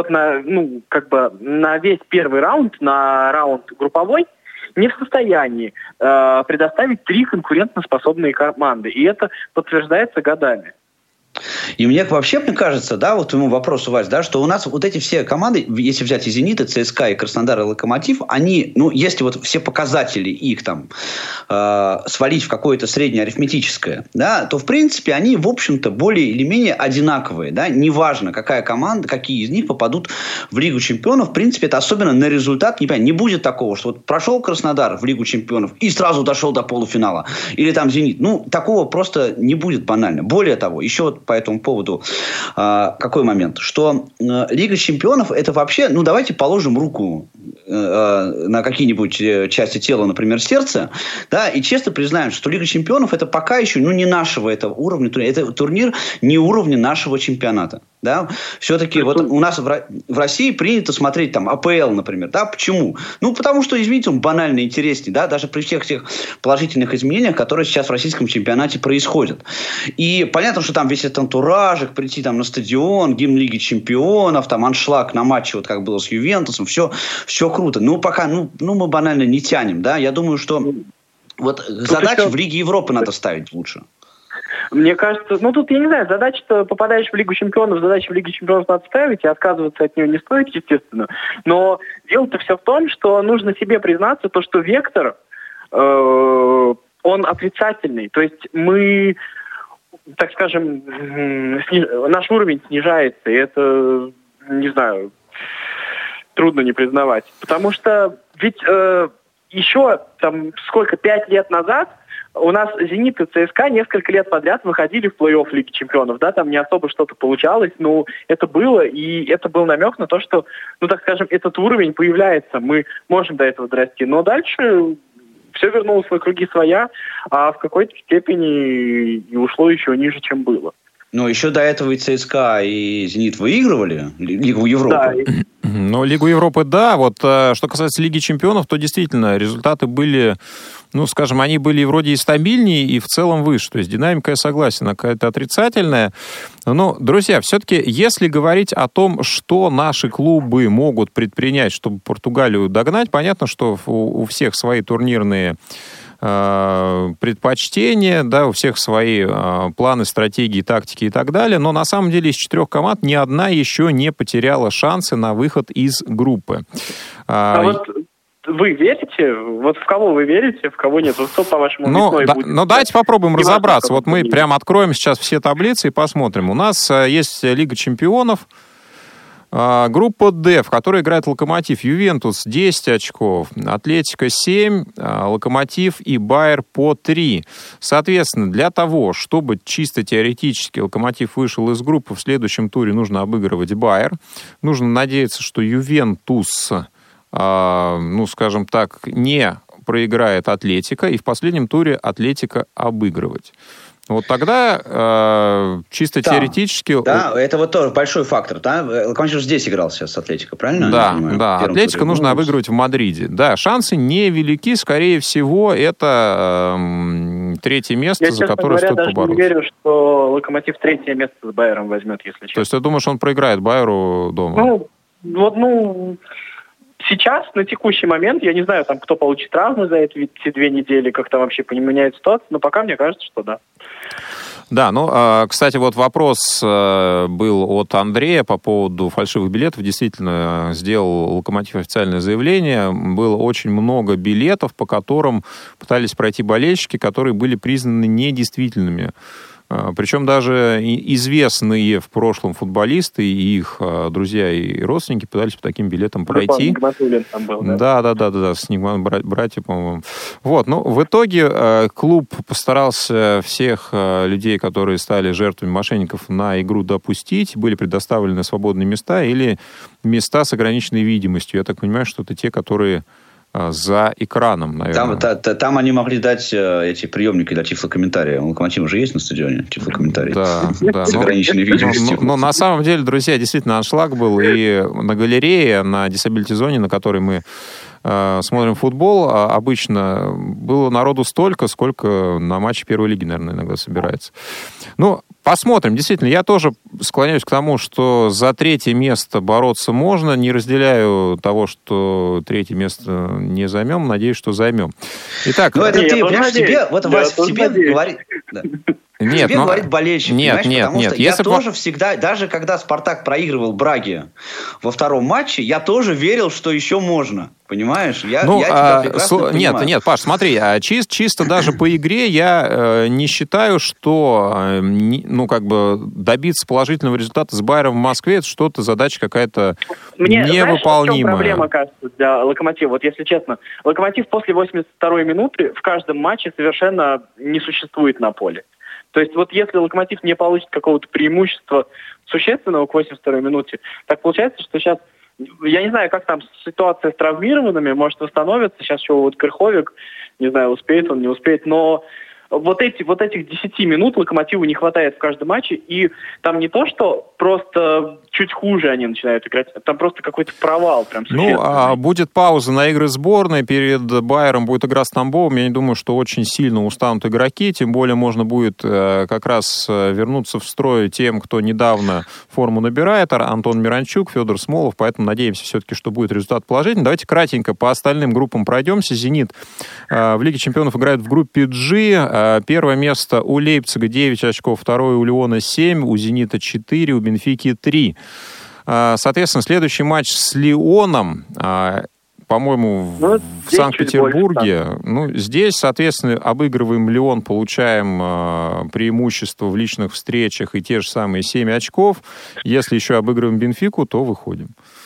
на весь первый раунд, на раунд групповой, не в состоянии предоставить 3 конкурентоспособные команды. И это подтверждается годами. И мне кажется, да, твоему вопросу, Вась, да, что у нас эти все команды, если взять и «Зенит», и ЦСКА, и Краснодар, и Локомотив, они, если все показатели их свалить в какое-то среднее арифметическое, да, то, в принципе, они, в общем-то, более или менее одинаковые, да, неважно, какая команда, какие из них попадут в Лигу чемпионов, в принципе, это особенно на результат, не будет такого, что прошел Краснодар в Лигу чемпионов и сразу дошел до полуфинала, или «Зенит», такого просто не будет банально. Более того, еще по этому поводу какой момент? Что Лига чемпионов это вообще, давайте положим руку на какие-нибудь части тела, например, сердце, да, и честно признаем, что Лига чемпионов это пока еще не нашего этого уровня, это турнир не уровня нашего чемпионата. Да? Все-таки у нас в России принято смотреть АПЛ, например. Да? Почему? Потому что, извините, он банально интереснее, да? Даже при всех тех положительных изменениях, которые сейчас в российском чемпионате происходят. И понятно, что весь этот антуражик, прийти на стадион, гимн Лиги чемпионов, аншлаг на матче, как было с Ювентусом, все круто. Пока, мы банально не тянем, да? Я думаю, что задачи в Лиге Европы надо ставить лучше. Мне кажется, тут, я не знаю, задача-то попадаешь в Лигу чемпионов, задачу в Лиге чемпионов надо ставить, и отказываться от нее не стоит, естественно. Но дело-то все в том, что нужно себе признаться, что вектор, он отрицательный. То есть мы, так скажем, наш уровень снижается, и это, не знаю, трудно не признавать. Потому что ведь еще 5 лет назад у нас «Зенит» и ЦСКА несколько лет подряд выходили в плей-офф Лиги чемпионов, да, там не особо что-то получалось, но это было, и это был намек на то, что, так скажем, этот уровень появляется, мы можем до этого дорасти, но дальше все вернулось на круги своя, а в какой-то степени и ушло еще ниже, чем было. Но еще до этого и ЦСКА, и «Зенит» выигрывали Лигу Европы. Да. Ну, Лигу Европы, да. Вот что касается Лиги Чемпионов, то действительно результаты были, ну, скажем, они были вроде и стабильнее, и в целом выше. То есть динамика, я согласен, какая-то отрицательная. Но, друзья, все-таки, если говорить о том, что наши клубы могут предпринять, чтобы Португалию догнать, понятно, что у всех свои турнирные предпочтения, да, у всех свои планы, стратегии, тактики и так далее, но на самом деле из 4 команд ни одна еще не потеряла шансы на выход из группы. Вот вы верите? Вот в кого вы верите, в кого нет? Вот кто, по-вашему, весной будет? Ну, давайте попробуем разобраться. Вот мы будет. прямо откроем сейчас все таблицы и посмотрим. У нас есть Лига Чемпионов, группа D, в которой играет Локомотив, Ювентус 10 очков, Атлетико 7, Локомотив и Байер по 3. Соответственно, для того, чтобы чисто теоретически Локомотив вышел из группы, в следующем туре нужно обыгрывать Байер. Нужно надеяться, что Ювентус, ну, скажем так, не проиграет Атлетико, и в последнем туре Атлетико обыгрывать. Вот тогда чисто теоретически... Да, это вот тоже большой фактор. Да? Локомотив здесь играл сейчас с Атлетико, правильно? Да. Атлетико нужно обыгрывать в Мадриде. Да, шансы невелики. Скорее всего, это третье место, за которое стоит побороться. Я, честно говоря, даже не верю, что Локомотив третье место с Байером возьмет, если честно. То есть ты думаешь, он проиграет Байеру дома? Сейчас, на текущий момент, я не знаю, там, кто получит травмы за эти 2 недели, как там вообще поменяется ситуация, но пока мне кажется, что да. Да, ну, кстати, вот вопрос был от Андрея по поводу фальшивых билетов. Действительно, сделал Локомотив официальное заявление. Было очень много билетов, по которым пытались пройти болельщики, которые были признаны недействительными. Причем даже известные в прошлом футболисты и их друзья и родственники пытались по таким билетам пройти. Там был, да? Да, с ним братья, по-моему. Вот, ну, в итоге клуб постарался всех людей, которые стали жертвами мошенников, на игру допустить. Были предоставлены свободные места или места с ограниченной видимостью. Я так понимаю, что это те, которые за экраном, наверное. Там они могли дать эти приемники для тифлокомментария. У Локомотива же есть на стадионе тифлокомментарий. Да. С ограниченной видимостью. Но на самом деле, друзья, действительно аншлаг был. И на галерее, на дисабилити-зоне, на которой мы смотрим футбол, обычно было народу столько, сколько на матче первой лиги, наверное, иногда собирается. Ну, посмотрим. Действительно, я тоже склоняюсь к тому, что за 3-е место бороться можно. Не разделяю того, что 3-е место не займем. Надеюсь, что займем. Итак, ну, это ты, понимаешь, тебе, вот Вася, в тебе говорит... Нет, тебе говорит болельщик, нет, потому что если я тоже всегда, даже когда «Спартак» проигрывал Браге во втором матче, я тоже верил, что еще можно. Понимаешь? Я тебя прекрасно понимаю. Нет, Паш, смотри, чисто даже по игре я не считаю, что добиться положительного результата с Байером в Москве, это что-то, задача какая-то невыполнимая. Знаешь, в чем проблема, кажется, для Локомотива? Вот если честно, Локомотив после 82-й минуты в каждом матче совершенно не существует на поле. То есть вот если Локомотив не получит какого-то преимущества существенного к 82-й минуте, так получается, что сейчас, я не знаю, как там ситуация с травмированными, может восстановится, сейчас еще вот Крыховик, не знаю, успеет он, не успеет, но вот этих 10 минут Локомотиву не хватает в каждом матче, и там не то, что просто чуть хуже они начинают играть, там просто какой-то провал прям существенный. Будет пауза на игры сборной, перед Байером будет игра с Тамбовым, я не думаю, что очень сильно устанут игроки, тем более можно будет как раз вернуться в строй тем, кто недавно форму набирает, Антон Миранчук, Федор Смолов, поэтому надеемся все-таки, что будет результат положительный. Давайте кратенько по остальным группам пройдемся. «Зенит» в Лиге Чемпионов играет в группе G. Первое место у Лейпцига 9 очков, второе у Лиона 7, у «Зенита» 4, у «Бенфики» 3. Соответственно, следующий матч с Лионом, по-моему, в Санкт-Петербурге. Здесь, соответственно, обыгрываем Лион, получаем преимущество в личных встречах и те же самые 7 очков. Если еще обыгрываем «Бенфику», то выходим.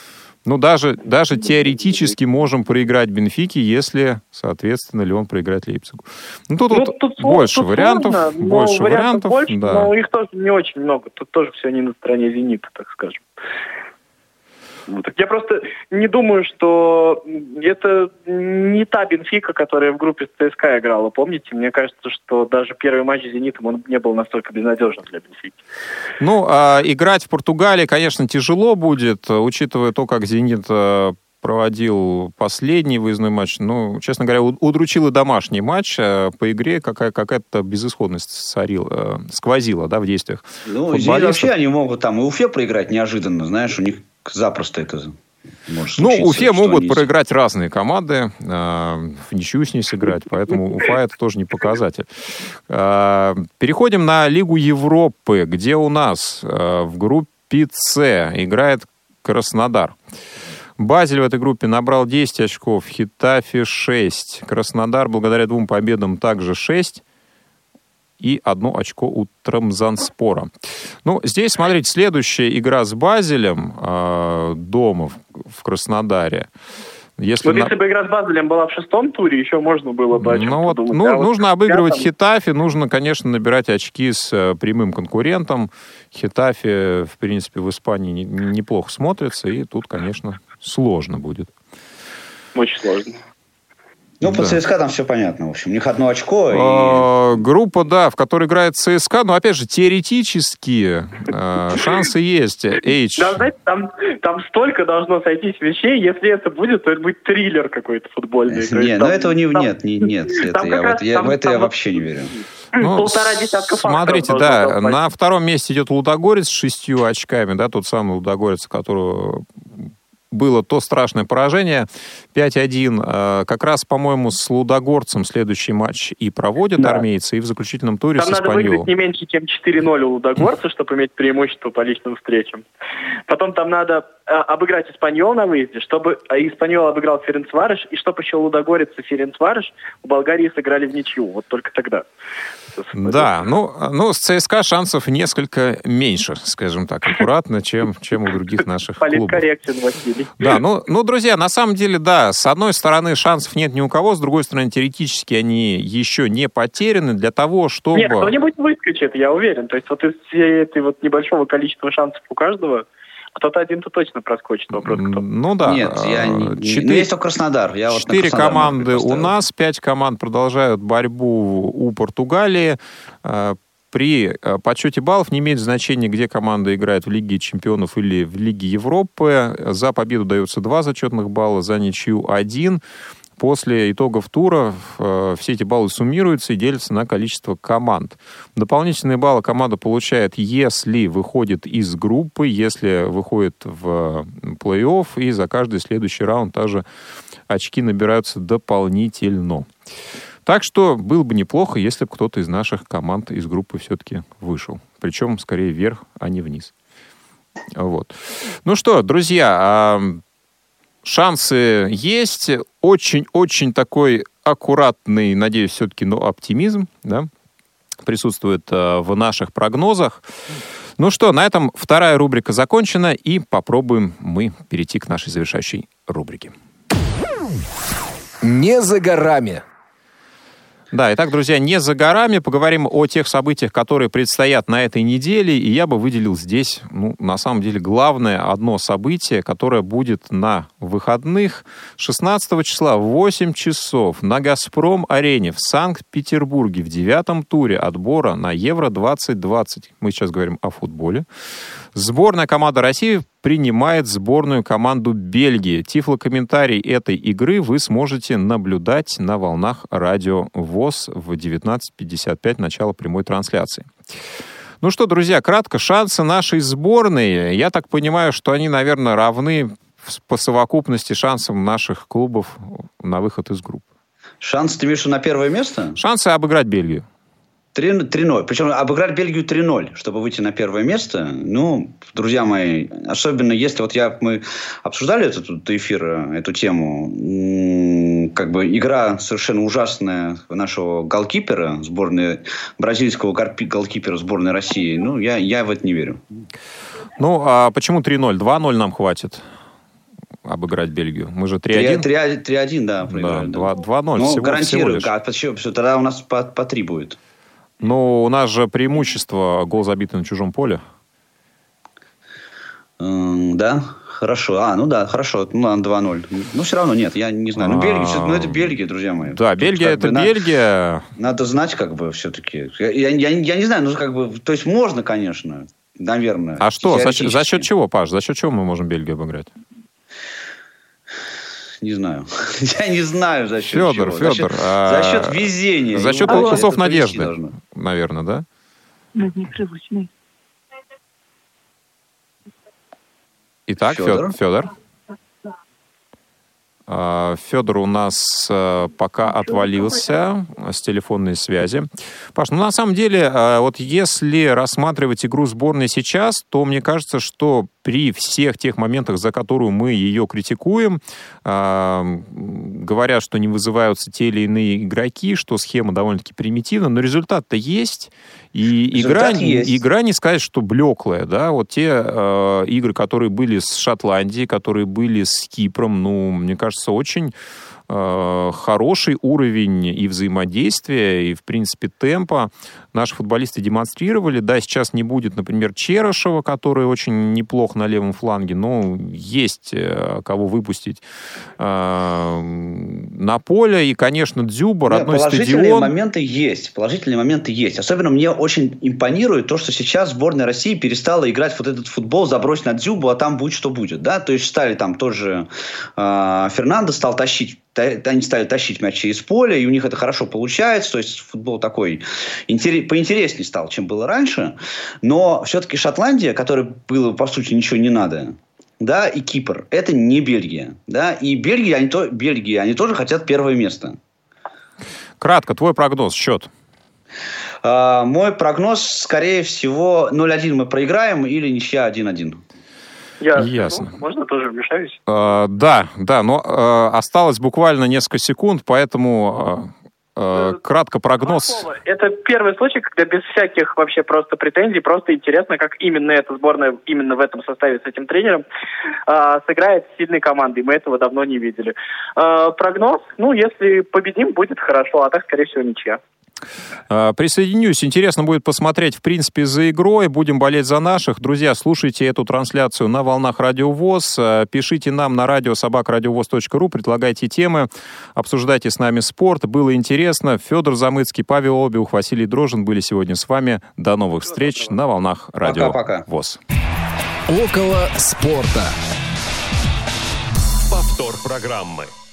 Даже теоретически можем проиграть «Бенфике», если, соответственно, Лион проиграет «Лейпцигу». Тут больше вариантов. Больше, да. Но их тоже не очень много. Тут тоже все не на стороне «Зенита», так скажем. Так я просто не думаю, что это не та Бенфика, которая в группе с ЦСКА играла, помните? Мне кажется, что даже первый матч с «Зенитом» он не был настолько безнадежным для Бенфики. Ну, играть в Португалии, конечно, тяжело будет, учитывая то, как «Зенит» проводил последний выездной матч. Ну, честно говоря, удручил и домашний матч. По игре какая-то безысходность сквозила, да, в действиях футболистов. Вообще они могут там и Уфе проиграть неожиданно, знаешь, у них запросто это может случиться. Ну, Уфе могут проиграть разные команды, в ничью с ней сыграть, поэтому Уфа это тоже не показатель. Переходим на Лигу Европы, где у нас в группе С играет Краснодар. Базель в этой группе набрал 10 очков, Хетафе 6. Краснодар благодаря 2 победам также 6. И 1 очко у Трамзанспора. Ну, здесь, смотрите, следующая игра с Базелем дома в Краснодаре. Если бы игра с Базелем была в 6-м туре, еще можно было бы о чем-то думать. Нужно обыгрывать Хетафе, нужно, конечно, набирать очки с прямым конкурентом. Хетафе, в принципе, в Испании неплохо смотрится, и тут, конечно, сложно будет. Очень сложно. Ну, по ЦСКА там все понятно. В общем, у них 1 очко. Группа, да, в которой играет ЦСКА. Но, опять же, теоретически шансы есть. Да, знаете, там столько должно сойтись вещей. Если это будет, то это будет триллер какой-то футбольный. Нет, но этого нет. В это я вообще не верю. Ну, 1,5 десятка фактов. Смотрите, да, на 2-м месте идет Лудогорец с 6 очками, да, тот самый Лудогорец, которого было то страшное поражение 5-1. Как раз, по-моему, с Лудогорцем следующий матч и проводят армейцы, и в заключительном туре там с Испаньолом. Там надо выиграть не меньше, чем 4-0 у Лудогорца, чтобы иметь преимущество по личным встречам. Потом там надо обыграть Испаньол на выезде, чтобы Испаньол обыграл Ференцварош, и чтобы еще Лудогорец и Ференцварош у Болгарии сыграли в ничью. Вот только тогда. Да, ну с ЦСКА шансов несколько меньше, скажем так, аккуратно, чем у других наших клубов. Политкорректен, Василий. Да, ну, друзья, на самом деле, да, с одной стороны шансов нет ни у кого, с другой стороны, теоретически они еще не потеряны для того, чтобы... Нет, кто-нибудь выскочит, я уверен. То есть вот из всей этой вот небольшого количества шансов у каждого кто-то один-то точно проскочит. Вопрос кто. Ну да. Нет, есть только Краснодар. 4 команды у нас, 5 команд продолжают борьбу у Португалии. При подсчете баллов не имеет значения, где команда играет в Лиге чемпионов или в Лиге Европы. За победу дается 2 зачетных балла, за ничью 1. После итогов тура все эти баллы суммируются и делятся на количество команд. Дополнительные баллы команда получает, если выходит из группы, если выходит в плей-офф, и за каждый следующий раунд также очки набираются дополнительно. Так что было бы неплохо, если бы кто-то из наших команд из группы все-таки вышел. Причем скорее вверх, а не вниз. Вот. Ну что, друзья, шансы есть. Очень-очень такой аккуратный, надеюсь, все-таки, но оптимизм, да, присутствует в наших прогнозах. Ну что, на этом 2-я рубрика закончена, и попробуем мы перейти к нашей завершающей рубрике. Не за горами. Да, итак, друзья, не за горами. Поговорим о тех событиях, которые предстоят на этой неделе. И я бы выделил здесь, на самом деле, главное одно событие, которое будет на выходных 16 числа в 8 часов на «Газпром-арене» в Санкт-Петербурге в 9-м туре отбора на Евро-2020. Мы сейчас говорим о футболе. Сборная команда России принимает сборную команду Бельгии. Тифлокомментарий этой игры вы сможете наблюдать на волнах радио ВОС в 19:55, начало прямой трансляции. Ну что, друзья, кратко, шансы нашей сборной. Я так понимаю, что они, наверное, равны по совокупности шансам наших клубов на выход из группы. Шансы, ты имеешь на 1-е место? Шансы обыграть Бельгию. 3-0. Причем обыграть Бельгию 3-0, чтобы выйти на 1-е место. Ну, друзья мои, особенно если мы обсуждали этот эфир, эту тему, как бы игра совершенно ужасная нашего голкипера, бразильского голкипера сборной России. Ну, я в это не верю. Ну, а почему 3-0? 2-0 нам хватит обыграть Бельгию. Мы же 3-1. 3-1, да, проиграли. Да, 2-0 ну, всего гарантирую. Всего лишь. Почему? Тогда у нас по 3 будет. Ну, у нас же преимущество гол забитый на чужом поле. Да, Хорошо. Ну да, хорошо. Ну, 2-0. Ну, все равно нет, я не знаю. Ну, Бельгия, это Бельгия, друзья мои. Да, Тут Бельгия это Бельгия. Надо знать, как бы, все-таки. Я не знаю, ну, как бы, то есть можно, конечно, наверное. А что, за счет чего, Паш? За счет чего мы можем Бельгию обыграть? Не знаю. Я не знаю, за счет чего. Федор. За счет везения. За счет укусов надежды, наверное, да? Непривычный. Итак, Федор. Федор у нас пока отвалился с телефонной связи. Паш, ну на самом деле, вот если рассматривать игру сборной сейчас, то мне кажется, что при всех тех моментах, за которую мы ее критикуем, говорят, что не вызываются те или иные игроки, что схема довольно-таки примитивна, но результат-то есть. И игра не сказать, что блеклая. Да? Вот те игры, которые были с Шотландией, которые были с Кипром, ну, мне кажется, очень хороший уровень и взаимодействия, и, в принципе, темпа наши футболисты демонстрировали. Да, сейчас не будет, например, Черышева, который очень неплох на левом фланге, но есть кого выпустить на поле. И, конечно, Дзюба, родной стадион. Положительные моменты есть. Особенно мне очень импонирует то, что сейчас сборная России перестала играть вот этот футбол, забрось на Дзюбу, а там будь что будет. Да? То есть стали там тоже Фернандо стал тащить. Они стали тащить мяч через поле, и у них это хорошо получается. То есть футбол такой поинтереснее стал, чем было раньше. Но все-таки Шотландия, которой было, по сути, ничего не надо, да, и Кипр, это не Бельгия. Да, и Бельгия, они тоже хотят первое место. Кратко, твой прогноз, счет. Мой прогноз, скорее всего, 0-1 мы проиграем или ничья 1-1. Ясно. Можно тоже вмешаюсь? Да, но осталось буквально несколько секунд, поэтому кратко прогноз. Это первый случай, когда без всяких вообще просто претензий, просто интересно, как именно эта сборная, именно в этом составе с этим тренером, сыграет с сильной командой. Мы этого давно не видели. Прогноз, если победим, будет хорошо, а так, скорее всего, ничья. Присоединюсь. Интересно будет посмотреть, в принципе, за игрой. Будем болеть за наших. Друзья, слушайте эту трансляцию на волнах Радио ВОС. Пишите нам на radio@radiovoz.ru, предлагайте темы, обсуждайте с нами спорт. Было интересно. Федор Замыцкий, Павел Обиух, Василий Дрожжин были сегодня с вами. До новых встреч на волнах Радио ВОС. Около спорта. Повтор программы.